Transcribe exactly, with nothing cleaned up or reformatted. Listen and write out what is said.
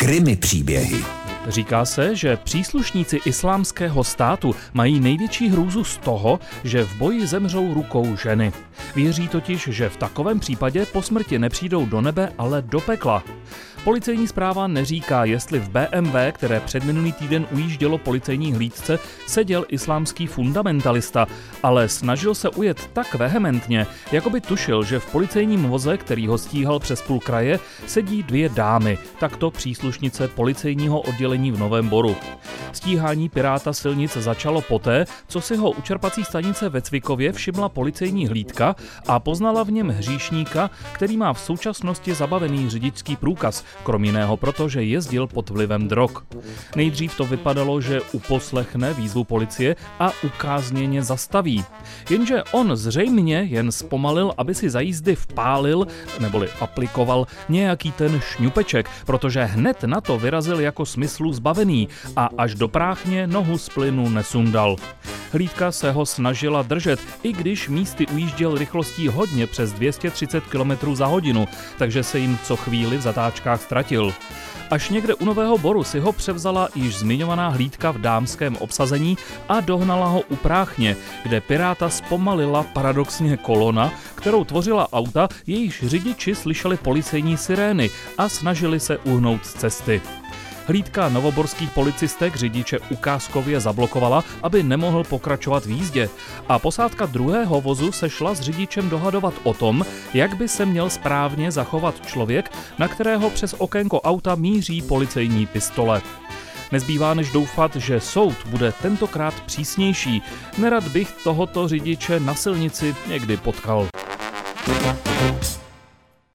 Krimi příběhy. Říká se, že příslušníci Islámského státu mají největší hrůzu z toho, že v boji zemřou rukou ženy. Věří totiž, že v takovém případě po smrti nepřijdou do nebe, ale do pekla. Policejní zpráva neříká, jestli v bé em vé, které před minulý týden ujíždělo policejní hlídce, seděl islámský fundamentalista, ale snažil se ujet tak vehementně, jako by tušil, že v policejním voze, který ho stíhal přes půl kraje, sedí dvě dámy, takto příslušnice policejního oddělení v Novém Boru. Stíhání piráta silnic začalo poté, co si ho u čerpací stanice ve Cvikově všimla policejní hlídka a poznala v něm hříšníka, který má v současnosti zabavený řidičský průkaz, krom jiného proto, že jezdil pod vlivem drog. Nejdřív to vypadalo, že uposlechne výzvu policie a ukázněně zastaví. Jenže on zřejmě jen zpomalil, aby si za jízdy vpálil, neboli aplikoval nějaký ten šňupeček, protože hned na to vyrazil jako smyslu zbavený a až do práchně nohu z plynu nesundal. Hlídka se ho snažila držet, i když místy ujížděl rychlostí hodně přes dvě stě třicet kilometrů za hodinu, takže se jim co chvíli v zatáčkách ztratil. Až někde u Nového Boru si ho převzala již zmiňovaná hlídka v dámském obsazení a dohnala ho u práchně, kde piráta zpomalila paradoxně kolona, kterou tvořila auta, jejichž řidiči slyšeli policejní sirény a snažili se uhnout z cesty. Hlídka novoborských policistek řidiče ukázkově zablokovala, aby nemohl pokračovat v jízdě, a posádka druhého vozu se šla s řidičem dohadovat o tom, jak by se měl správně zachovat člověk, na kterého přes okénko auta míří policejní pistole. Nezbývá než doufat, že soud bude tentokrát přísnější. Nerad bych tohoto řidiče na silnici někdy potkal.